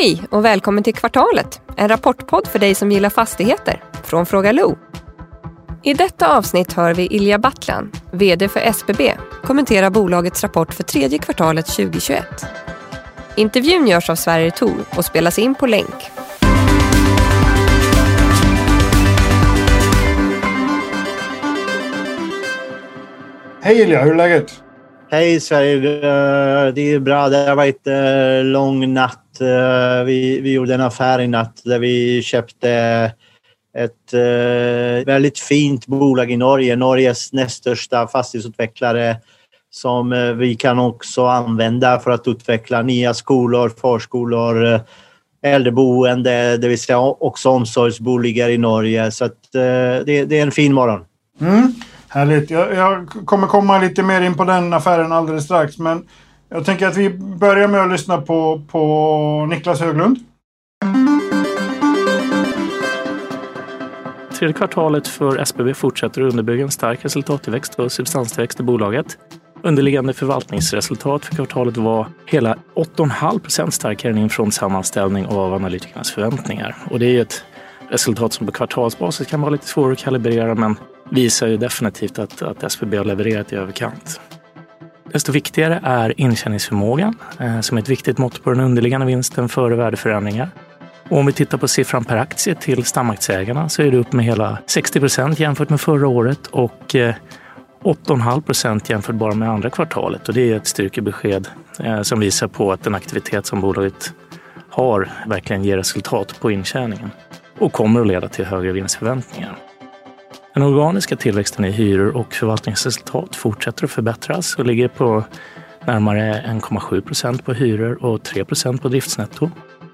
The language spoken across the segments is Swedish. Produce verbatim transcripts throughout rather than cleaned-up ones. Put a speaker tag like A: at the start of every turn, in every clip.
A: Hej och välkommen till Kvartalet, en rapportpodd för dig som gillar fastigheter, från Fråga Lo. I detta avsnitt hör vi Ilja Battlan, vd för S B B, kommentera bolagets rapport för tredje kvartalet tjugohundratjugoett. Intervjun görs av Sverige Tor och spelas in på länk.
B: Hej Ilja, hur är läget?
C: Hej Sverige, det är bra. Det har varit en lång natt. Vi, vi gjorde en affär i natt där vi köpte ett väldigt fint bolag i Norge. Norges näst största fastighetsutvecklare som vi kan också använda för att utveckla nya skolor, förskolor, äldreboende, det vill säga också omsorgsboligar i Norge. Så att, det, det är en fin morgon.
B: Mm. Härligt. Jag, jag kommer komma lite mer in på den affären alldeles strax. Men jag tänker att vi börjar med att lyssna på, på Niklas Höglund.
D: Tredje kvartalet för S B B fortsätter att underbygga en stark resultattillväxt och substanstillväxt i bolaget. Underliggande förvaltningsresultat för kvartalet var hela åtta komma fem procent starkare än inför sammanställning av analytikernas förväntningar. Och det är ju ett resultat som på kvartalsbasis kan vara lite svårt att kalibrera, men visar ju definitivt att, att S B B har levererat i överkant. Desto viktigare är intjäningsförmågan eh, som är ett viktigt mått på den underliggande vinsten före värdeförändringar. Och om vi tittar på siffran per aktie till stamaktieägarna så är det upp med hela sextio procent jämfört med förra året och eh, åtta komma fem procent jämfört bara med andra kvartalet. Och det är ett styrkebesked eh, som visar på att den aktivitet som bolaget har verkligen ger resultat på intjäningen och kommer att leda till högre vinstförväntningar. Den organiska tillväxten i hyror och förvaltningsresultat fortsätter att förbättras och ligger på närmare en komma sju procent på hyror och tre procent på driftsnetto.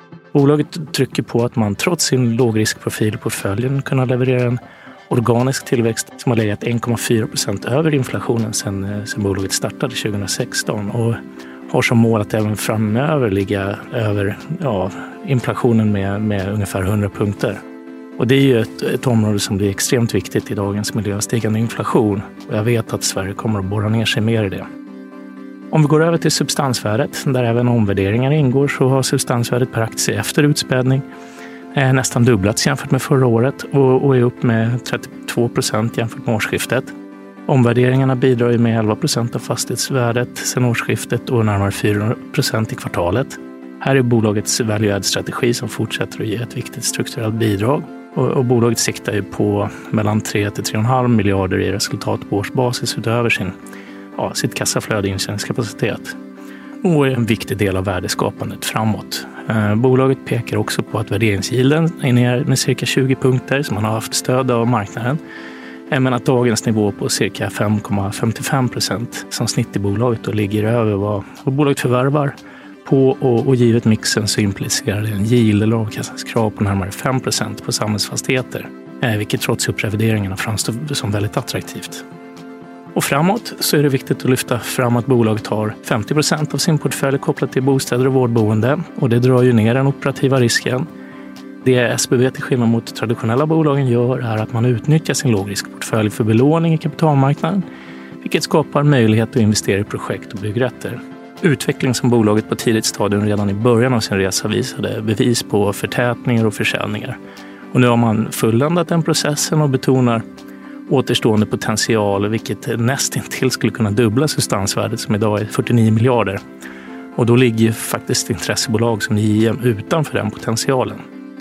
D: Bolaget trycker på att man trots sin lågriskprofil på portföljen kunna leverera en organisk tillväxt som har legat en komma fyra procent över inflationen sedan, sedan bolaget startade tjugohundrasexton och har som mål att även framöver ligga över ja, inflationen med, med ungefär hundra punkter. Och det är ju ett, ett område som blir extremt viktigt i dagens miljöstigande inflation. Och jag vet att Sverige kommer att borra ner sig mer i det. Om vi går över till substansvärdet, där även omvärderingar ingår, så har substansvärdet per aktie efter utspädning eh, nästan dubblats jämfört med förra året och, och är upp med trettiotvå procent jämfört med årsskiftet. Omvärderingarna bidrar ju med elva procent av fastighetsvärdet sedan årsskiftet och närmare fyra procent i kvartalet. Här är bolagets value-add-strategi som fortsätter att ge ett viktigt strukturellt bidrag. Och, och bolaget siktar ju på mellan tre till tre komma fem miljarder i resultat på årsbasis utöver sin, ja, sitt kassaflöde och intjäningskapacitet. Och är en viktig del av värdeskapandet framåt. Eh, bolaget pekar också på att värderingsgilden är ner med cirka tjugo punkter som man har haft stöd av marknaden. Eh, men att dagens nivå på cirka fem komma femtiofem procent som snitt i bolaget och ligger över vad, vad bolaget förvärvar. På och, och givet mixen så implicerar det en yield eller avkastningskrav på närmare fem procent på samhällsfastigheter, eh, vilket trots upprevideringarna framstår som väldigt attraktivt. Och framåt så är det viktigt att lyfta fram att bolaget har femtio procent av sin portfölj kopplat till bostäder och vårdboende, och det drar ju ner den operativa risken. Det S B B till skillnad mot traditionella bolagen gör är att man utnyttjar sin lågriskportfölj för belåning i kapitalmarknaden, vilket skapar möjlighet att investera i projekt och byggrätter. Utveckling som bolaget på tidigt stadium redan i början av sin resa visade bevis på förtätningar och försäljningar. Och nu har man fulländat den processen och betonar återstående potential, vilket nästintill skulle kunna dubbla substansvärdet som idag är fyrtionio miljarder. Och då ligger faktiskt intressebolag som J M utanför den potentialen.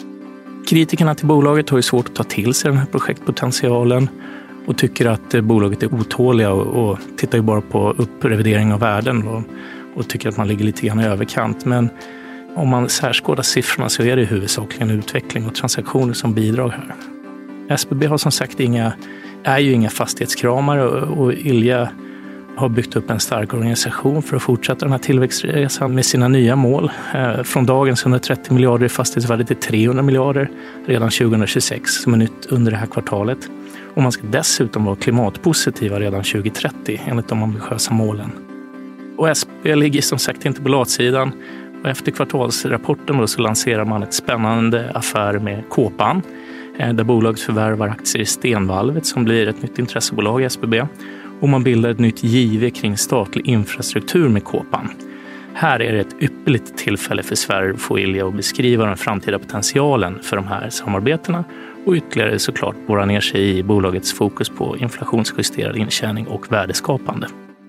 D: Kritikerna till bolaget har ju svårt att ta till sig den här projektpotentialen och tycker att bolaget är otåliga och, och tittar ju bara på upprevidering av värden och, och tycker att man ligger lite grann i överkant. Men om man särskådar siffrorna så är det huvudsakligen utveckling och transaktioner som bidrar här. S B B har som sagt inga, är ju inga fastighetskramare och, och Ilja har byggt upp en stark organisation för att fortsätta den här tillväxtresan med sina nya mål. Eh, från dagens hundratrettio miljarder i fastighetsvärde till trehundra miljarder redan tjugohundratjugosex som är nytt under det här kvartalet. Och man ska dessutom vara klimatpositiva redan tjugohundratrettio enligt de ambitiösa målen. Och S B B ligger som sagt inte på latsidan. Och efter kvartalsrapporten då så lanserar man ett spännande affär med Kåpan, där bolaget förvärvar aktier i Stenvalvet som blir ett nytt intressebolag i S B B. Och man bildar ett nytt G I V kring statlig infrastruktur med Kåpan. Här är det ett ypperligt tillfälle för Sverige att få Ilja att beskriva den framtida potentialen för de här samarbetena och ytterligare såklart borra ner sig i bolagets fokus på inflationsjusterad intjäning och värdeskapande.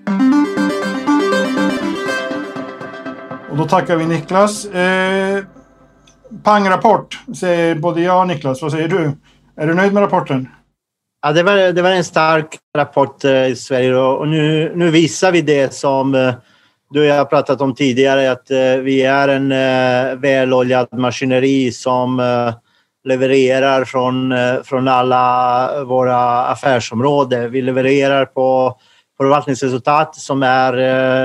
B: Och då tackar vi Niklas. Eh, pangrapport säger både jag och Niklas. Vad säger du? Är du nöjd med rapporten?
C: Ja, det var, det var en stark rapport eh, i Sverige och nu, nu visar vi det som eh, du och jag har pratat om tidigare, att eh, vi är en eh, väloljad maskineri som eh, levererar från, eh, från alla våra affärsområden. Vi levererar på förvaltningsresultat som är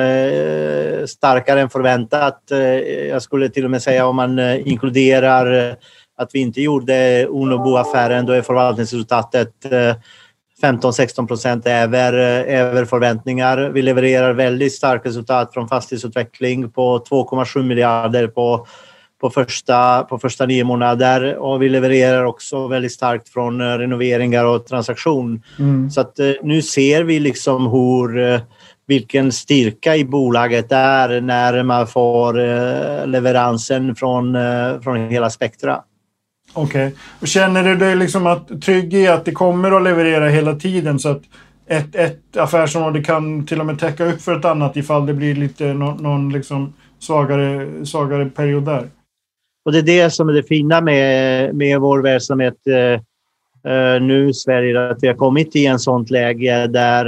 C: eh, starkare än förväntat. Eh, jag skulle till och med säga om man eh, inkluderar eh, att vi inte gjorde Unobo-affären, då är förvaltningsresultatet eh, femton till sexton procent över, över förväntningar. Vi levererar väldigt starkt resultat från fastighetsutveckling på två komma sju miljarder på, på, första, på första nio månader. Och vi levererar också väldigt starkt från renoveringar och transaktion. Mm. Så att nu ser vi liksom hur, vilken styrka i bolaget är när man får leveransen från, från hela spektra.
B: Okej. Okay. Och känner du dig liksom att, trygg i att det kommer att leverera hela tiden så att ett, ett affärsområde kan till och med täcka upp för ett annat ifall det blir lite någon, någon liksom svagare, svagare period där?
C: Och det är det som är det fina med, med vår verksamhet eh, nu i Sverige, att vi har kommit i en sånt läge där,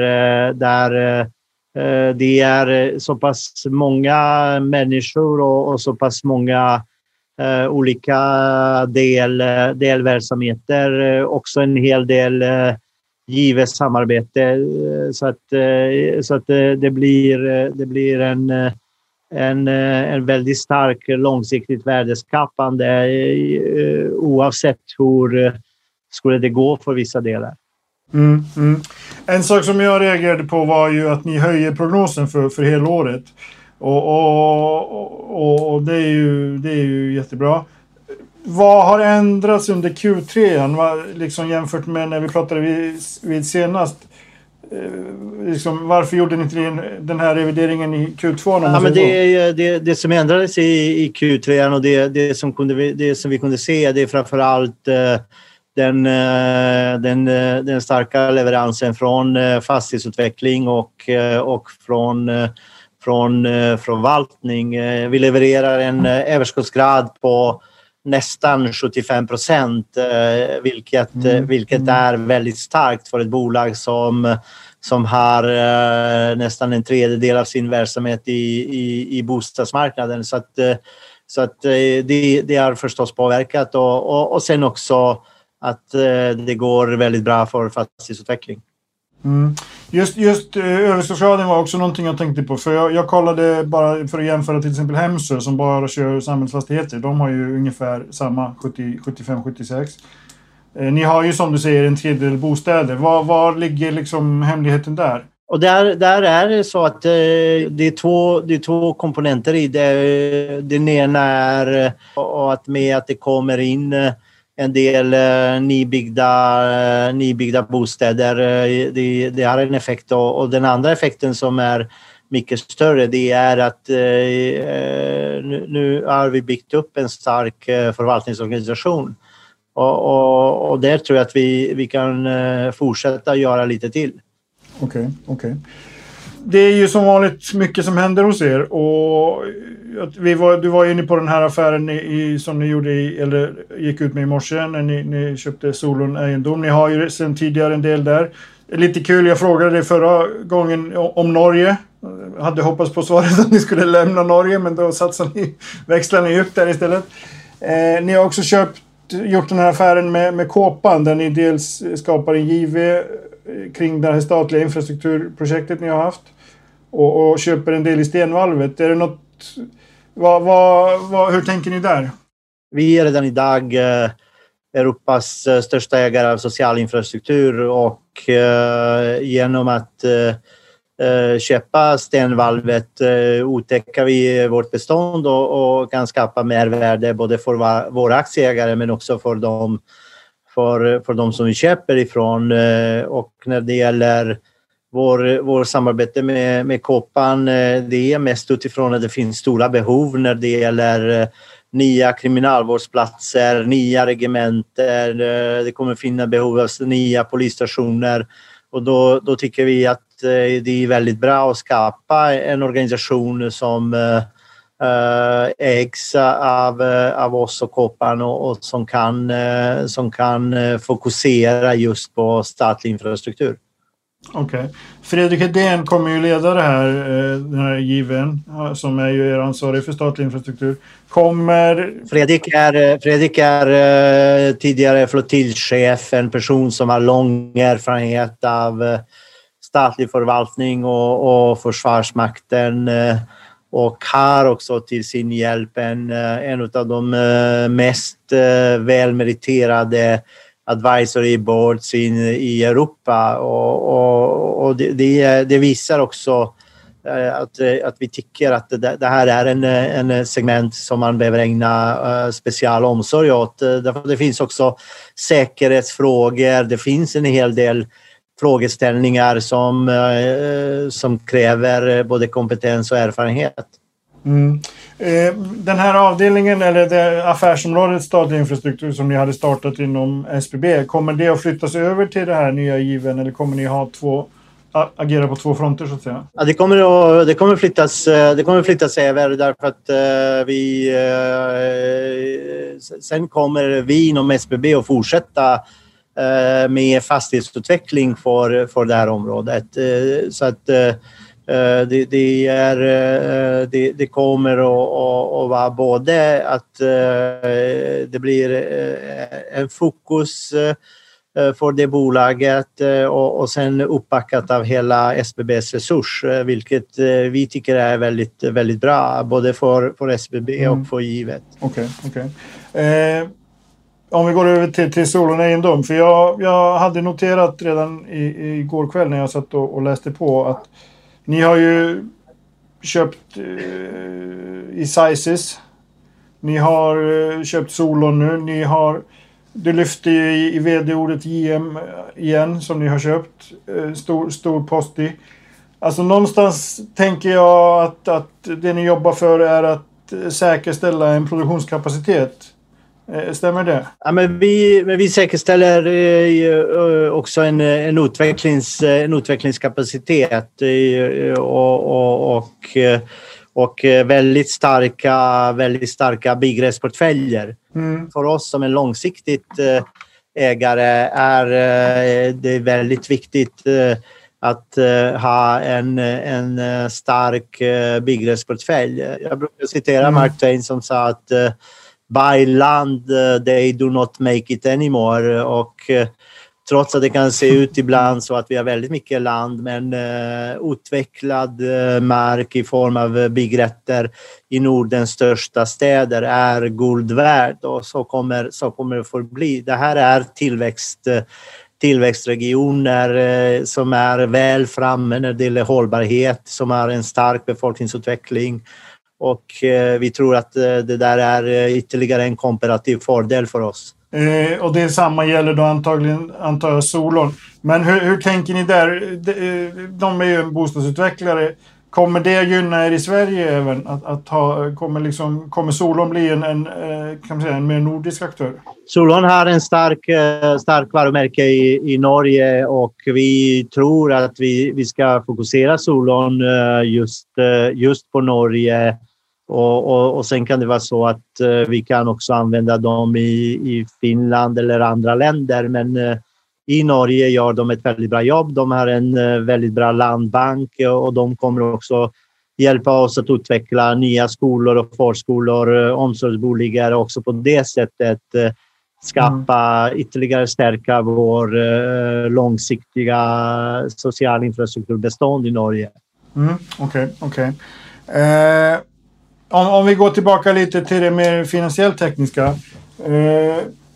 C: där eh, det är så pass många människor och, och så pass många Uh, olika del, delverksamheter, uh, också en hel del uh, givet samarbete uh, så att, uh, så att uh, det blir, uh, det blir en, uh, en, uh, en väldigt stark långsiktigt värdeskapande uh, oavsett hur uh, skulle det gå för vissa delar.
B: Mm, mm. En sak som jag reagerade på var ju att ni höjer prognosen för, för hela året. Och, och, och, och det, är ju, det är ju jättebra. Vad har ändrats under Q tre liksom jämfört med när vi pratade vid, vid senast? Liksom, varför gjorde ni inte den här revideringen i Q två?
C: Ja, men det, det, det som ändrades i, i Q tre och det, det, som kunde, det som vi kunde se, det är framförallt den, den, den starka leveransen från fastighetsutveckling och, och från från förvaltning. Vi levererar en överskottsgrad på nästan sjuttiofem procent, vilket, mm. vilket är väldigt starkt för ett bolag som, som har nästan en tredjedel av sin verksamhet i, i, i bostadsmarknaden. Så att, så att det, det har förstås påverkat och, och, och sen också att det går väldigt bra för fastighetsutveckling.
B: Mm. Just, just uh, överskottsgraden var också någonting jag tänkte på. För jag, jag kollade bara för att jämföra till exempel Hemsö som bara kör samhällsfastigheter. De har ju ungefär samma sjuttio, sjuttiofem sjuttiosex. Eh, ni har ju som du säger en tredjedel bostäder. Var, var ligger liksom hemligheten där?
C: Och där, där är det så att eh, det, är två, det är två komponenter i det. Den ena är och att med att det kommer in en del eh, nybyggda, eh, nybyggda bostäder. Eh, det, det har en effekt. Och, och den andra effekten som är mycket större, det är att eh, nu, nu har vi byggt upp en stark eh, förvaltningsorganisation. Och, och, och där tror jag att vi, vi kan eh, fortsätta göra lite till.
B: Okej, okay, okej. Okay. Det är ju som vanligt mycket som händer hos er och vi var, du var inne på den här affären i, som ni gjorde i, eller gick ut med i morse när ni, ni köpte Solon egendom. Ni har ju sedan tidigare en del där. Lite kul, jag frågade dig förra gången om Norge. Jag hade hoppats på svaret att ni skulle lämna Norge, men då satsade ni, växlade ni upp där istället. Eh, ni har också köpt, gjort den här affären med, med Kåpan där ni dels skapar en J V kring det här statliga infrastrukturprojektet ni har haft och, och köper en del i Stenvalvet. Är det något, vad, vad, vad, hur tänker ni där?
C: Vi är redan idag eh, Europas eh, största ägare av social infrastruktur och eh, genom att eh, köpa Stenvalvet eh, utökar vi vårt bestånd och, och kan skapa mervärde både för va, våra aktieägare men också för dem För, för de som vi köper ifrån. Och när det gäller vår, vår samarbete med, med Kåpan, det är mest utifrån att det finns stora behov när det gäller nya kriminalvårdsplatser, nya regementer, det kommer finnas behov av nya polisstationer, och då, då tycker vi att det är väldigt bra att skapa en organisation som ägs av, av oss och Kåpan och, och som, kan, som kan fokusera just på statlig infrastruktur.
B: Okej. Okay. Fredrik Hedén kommer ju leda det här, den här given som är ju er ansvarig för statlig infrastruktur. Kommer...
C: Fredrik är, Fredrik är tidigare flottiljchef, en person som har lång erfarenhet av statlig förvaltning och, och försvarsmakten, och har också till sin hjälp en, en av de mest välmeriterade advisory boards in, i Europa, och, och, och det, det, det visar också att, att vi tycker att det, det här är en, en segment som man behöver ägna speciell omsorg åt. Därför det finns också säkerhetsfrågor, det finns en hel del frågeställningar som, som kräver både kompetens och erfarenhet.
B: Mm. Den här avdelningen, eller det affärsområdet statlig infrastruktur som ni hade startat inom S B B, kommer det att flyttas över till det här nya given, eller kommer ni ha två, agera på två fronter så att säga?
C: Ja, det kommer att, det kommer flyttas, det kommer flyttas över därför att uh, vi uh, sen kommer vi inom S B B att fortsätta uh, med fastighetsutveckling för, för det här området. Uh, så att uh, Det, det, är, det, det kommer att, att vara både att det blir en fokus för det bolaget och, och sen uppbackat av hela S B B:s resurs, vilket vi tycker är väldigt, väldigt bra både för, för S B B och för givet.
B: Okej, okay, okej. Okay. Eh, om vi går över till, till Solon Egendom, för jag, jag hade noterat redan i, i går kväll när jag satt och, och läste på att ni har ju köpt eh, i Sizes. Ni har eh, köpt Solon nu. Ni har, du lyfter ju i, i vd-ordet J M igen som ni har köpt. Eh, stor, stor post i. Alltså någonstans tänker jag att, att det ni jobbar för är att säkerställa en produktionskapacitet. Stämmer det?
C: Ja, men vi, men vi säkerställer eh, också en, en, utvecklings, en utvecklingskapacitet eh, och, och, och, och väldigt starka, väldigt starka byggrättsportföljer. Mm. För oss som en långsiktigt eh, ägare är eh, det väldigt viktigt eh, att uh, ha en, en stark uh, byggrättsportfölj. Jag brukar citera mm. Mark Twain som sa att uh, by land uh, they do not make it anymore, och uh, trots att det kan se ut ibland så att vi har väldigt mycket land, men uh, utvecklad uh, mark i form av byggrätter i Nordens största städer är guld värd, och så kommer, så kommer det förbli. Det här är tillväxt uh, tillväxtregioner eh, som är väl framme när det gäller hållbarhet, som har en stark befolkningsutveckling, och eh, vi tror att eh, det där är ytterligare en komparativ fördel för oss.
B: Eh, och det samma gäller då antagligen, antar jag, Solon. Men hur, hur tänker ni där? De, de är ju en bostadsutvecklare. Kommer det gynna er i Sverige även? Att, att ha, kommer, liksom, kommer Solon bli en, en, kan man säga, en mer nordisk aktör?
C: Solon har en stark, stark varumärke i, i Norge, och vi tror att vi, vi ska fokusera Solon just, just på Norge. Och, och, och sen kan det vara så att vi kan också använda dem i, i Finland eller andra länder. Men i Norge gör de ett väldigt bra jobb. De har en väldigt bra landbank, och de kommer också hjälpa oss att utveckla nya skolor och förskolor, omsorgsboligar, och också på det sättet skapa mm. ytterligare stärka vår uh, långsiktiga social infrastrukturbestånd i Norge.
B: Mm, okej, okay, okej. Okay. Eh, om, om vi går tillbaka lite till det mer finansiellt tekniska. Eh,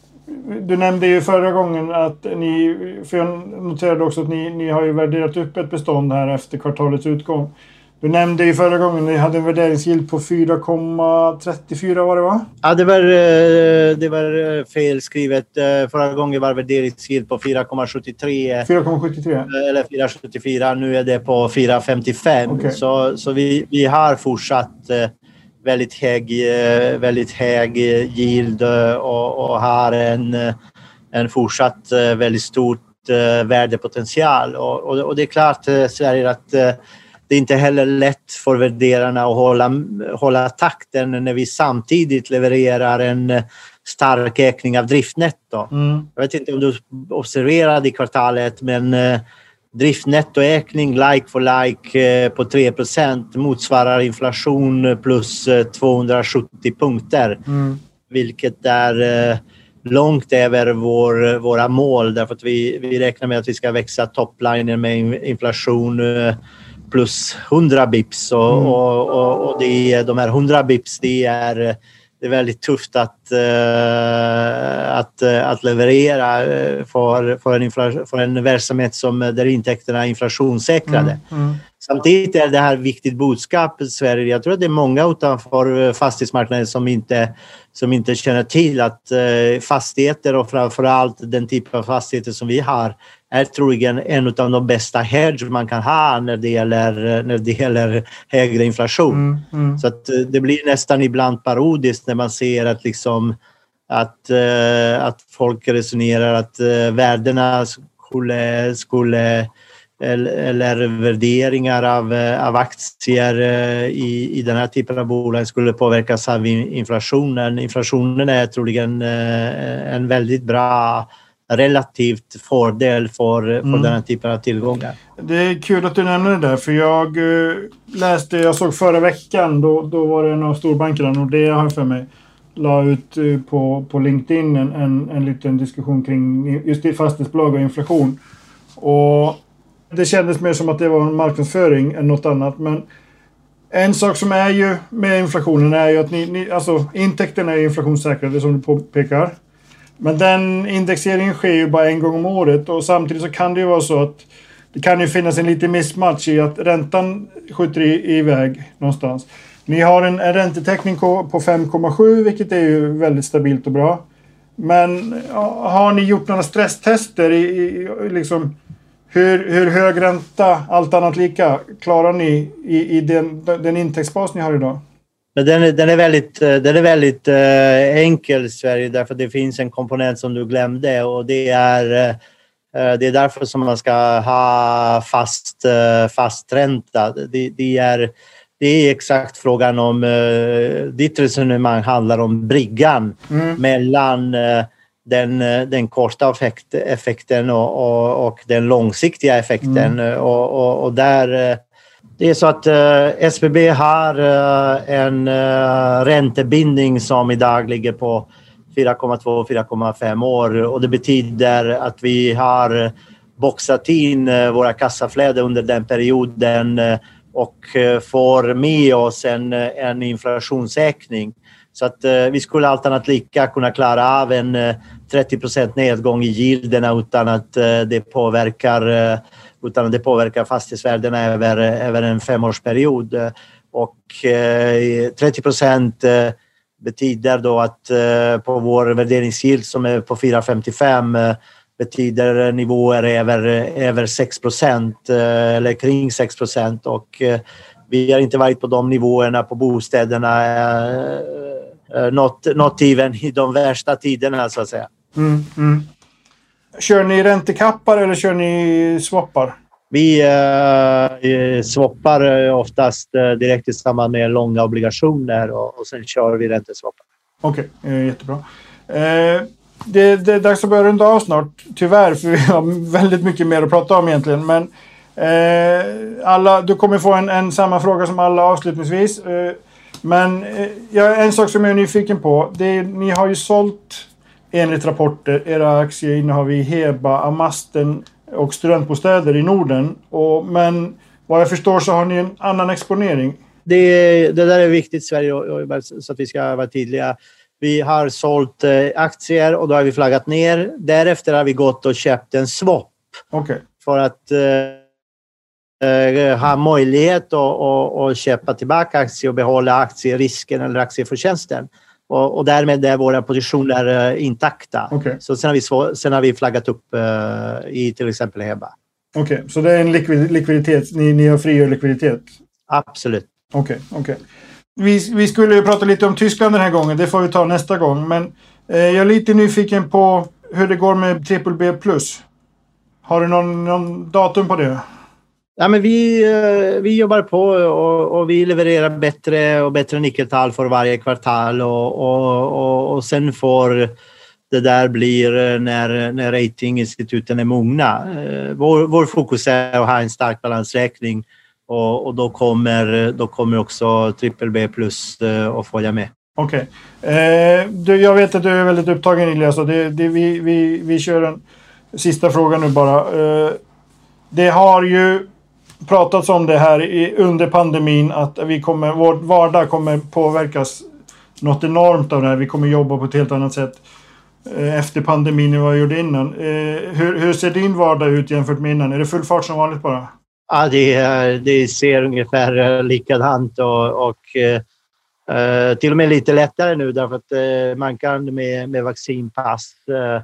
B: du nämnde ju förra gången att ni, för jag noterade också att ni, ni har ju värderat upp ett bestånd här efter kvartalets utgång. Du nämnde ju förra gången ni hade en värderingsyield på fyra komma trettiofyra, var det va?
C: Ja, det var, det var felskrivet. Förra gången var värderingsyield på fyra komma sjuttiotre.
B: fyra komma sjuttiotre?
C: Eller fyra komma sjuttiofyra. Nu är det på fyra komma femtiofem. Okay. Så, så vi, vi har fortsatt väldigt hög, väldigt hög yield och, och har en, en fortsatt väldigt stort värdepotential. Och, och, och det är klart, Sverige, att det är inte heller lätt för värderarna att hålla, hålla takten när vi samtidigt levererar en stark ökning av driftnetto. Mm. Jag vet inte om du observerade i kvartalet, men driftnettoökning like for like på tre procent motsvarar inflation plus tvåhundrasjuttio punkter. Mm. Vilket är långt över vår, våra mål, därför att vi, vi räknar med att vi ska växa topplinen med inflation plus hundra bips och, mm. och, och, och det, de här hundra bips, det är, det är väldigt tufft att, uh, att, uh, att leverera för, för, en infla, för en verksamhet som där intäkterna är inflationssäkrade. Mm. Mm. Samtidigt är det här viktigt budskap i Sverige. Jag tror att det är många utanför fastighetsmarknaden som inte, som inte känner till att uh, fastigheter, och framförallt den typ av fastigheter som vi har, är troligen en av de bästa hedge man kan ha när det gäller, när det gäller högre inflation. Mm, mm. Så att det blir nästan ibland parodiskt när man ser att, liksom, att, uh, att folk resonerar att uh, värdena skulle, skulle eller, eller värderingar av, av aktier uh, i, i den här typen av bolag skulle påverkas av inflationen. Inflationen är troligen uh, en väldigt bra relativt fördel för, för mm. den här typen av tillgångar.
B: Det är kul att du nämner det där, för jag uh, läste, jag såg förra veckan, då, då var det en av storbankerna, och det jag har för mig la ut uh, på, på LinkedIn en, en, en liten diskussion kring just det, fastighetsbolag och inflation. Och det kändes mer som att det var en marknadsföring än något annat, men en sak som är ju med inflationen är ju att ni, ni, alltså, intäkterna är inflationssäkrade som du påpekar. Men den indexeringen sker ju bara en gång om året, och samtidigt så kan det ju vara så att det kan ju finnas en liten mismatch i att räntan skjuter i, iväg någonstans. Ni har en, en räntetäckning på fem komma sju, vilket är ju väldigt stabilt och bra. Men har ni gjort några stresstester i, i liksom hur, hur hög ränta, allt annat lika, klarar ni i, i den, den intäktsbas ni har idag?
C: Men den är, den är väldigt, den är väldigt uh, enkel i Sverige, därför att det finns en komponent som du glömde, och det är, uh, det är därför som man ska ha fast, uh, fast ränta. Det, det, är, det är exakt frågan om, uh, ditt resonemang handlar om bryggan mm. mellan uh, den, den korta effekt, effekten och, och, och den långsiktiga effekten. Mm. Och, och, och där... Uh, Det är så att uh, S B B har uh, en uh, räntebindning som idag ligger på fyra komma två till fyra komma fem år, och det betyder att vi har boxat in uh, våra kassaflöden under den perioden uh, och uh, får med oss en, en inflationssäkring. Så att uh, vi skulle allt annat lika kunna klara av en uh, trettio procent nedgång i yielderna utan att uh, det påverkar uh, utan det påverkar fastighetsvärdena över, över en femårsperiod. Och eh, trettio procent eh, betyder då att eh, på vår värderingsyield som är på fyra komma femtiofem eh, betyder nivåer över, över sex procent eh, eller kring sex procent. Och eh, vi har inte varit på de nivåerna på bostäderna eh, eh, något, något even i de värsta tiderna, så att säga.
B: Mm, mm. Kör ni räntekappar eller kör ni swappar?
C: Vi eh, swappar oftast eh, direkt i samband med långa obligationer, och, och sen kör vi ränteswappar.
B: Okej, okay, eh, jättebra. Eh, det, det är dags att börja runda av snart, tyvärr, för vi har väldigt mycket mer att prata om egentligen. Men eh, alla, du kommer få en, en samma fråga som alla avslutningsvis. Eh, men eh, ja, en sak som jag är nyfiken på, det är, ni har ju sålt enligt rapporter era aktieinnehav i Heba, Amasten och studentbostäder i Norden. Och, men vad jag förstår så har ni en annan exponering.
C: Det, det där är viktigt i Sverige, och, och, så att vi ska vara tydliga. Vi har sålt eh, aktier och då har vi flaggat ner. Därefter har vi gått och köpt en swap.
B: Okay.
C: För att eh, ha möjlighet att, att, att köpa tillbaka aktier och behålla aktierisken eller aktieförtjänsten. Och, och därmed är våra positioner uh, intakta.
B: Okay.
C: Så sen har, vi, sen har vi flaggat upp uh, i till exempel Heba.
B: Okej, okay. Så det är en likvid, likviditet. Ni, ni har frigör likviditet?
C: Absolut.
B: Okej, okay, okej. Okay. Vi, vi skulle ju prata lite om Tyskland den här gången. Det får vi ta nästa gång. Men eh, jag är lite nyfiken på hur det går med B B B plus. Har du någon, någon datum på det?
C: Ja, men vi, vi jobbar på och, och vi levererar bättre och bättre nyckeltal för varje kvartal. Och, och, och, och sen får det där blir när, när ratinginstituten är mogna. Vår, vår fokus är att ha en stark balansräkning. Och, och då, kommer, då kommer också B B B plus att följa med.
B: Okej. Okay. Eh, jag vet att du är väldigt upptagen, Ilja, så det, det, vi, vi, vi kör en sista fråga nu bara. Eh, det har ju pratats om det här i, under pandemin att vi kommer, vår vardag kommer påverkas något enormt av det här. Vi kommer jobba på ett helt annat sätt eh, efter pandemin än vad vi gjorde innan. Eh, hur, hur ser din vardag ut jämfört med innan? Är det full fart som vanligt bara?
C: Ja, det, det ser ungefär likadant och, och uh, till och med lite lättare nu därför att uh, man kan med, med vaccinpass uh,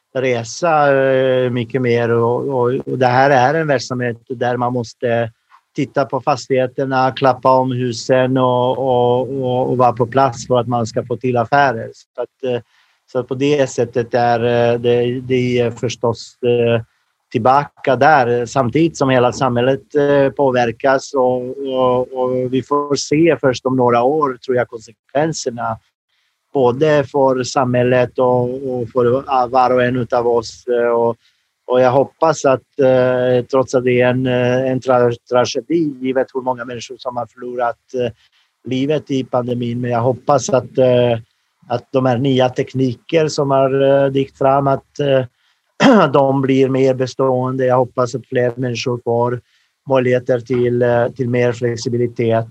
C: resa uh, mycket mer och, och, och det här är en verksamhet där man måste titta på fastigheterna, klappa om husen och, och, och, och vara på plats för att man ska få till affärer. Så, att, uh, så att på det sättet är uh, det, det är förstås uh, tillbaka där samtidigt som hela samhället eh, påverkas och, och, och vi får se först om några år tror jag konsekvenserna både för samhället och, och för var och en av oss och, och jag hoppas att eh, trots att det är en, en tra- tragedi givet hur många människor som har förlorat eh, livet i pandemin, men jag hoppas att, eh, att de här nya tekniker som har eh, dykt fram att eh, de blir mer bestående. Jag hoppas att fler människor får möjligheter till, till mer flexibilitet.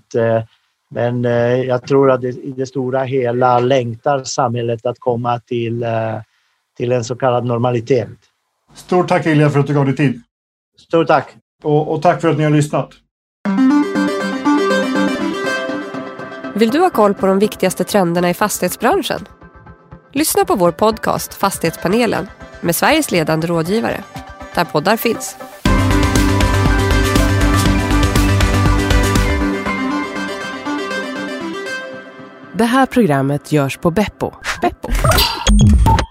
C: Men jag tror att det, i det stora hela längtar samhället att komma till, till en så kallad normalitet.
B: Stort tack Ilja för att du gav dig tid.
C: Stort tack.
B: Och, och tack för att ni har lyssnat.
A: Vill du ha koll på de viktigaste trenderna i fastighetsbranschen? Lyssna på vår podcast Fastighetspanelen med Sveriges ledande rådgivare, där poddar finns.
E: Det här programmet görs på Beppo. Beppo.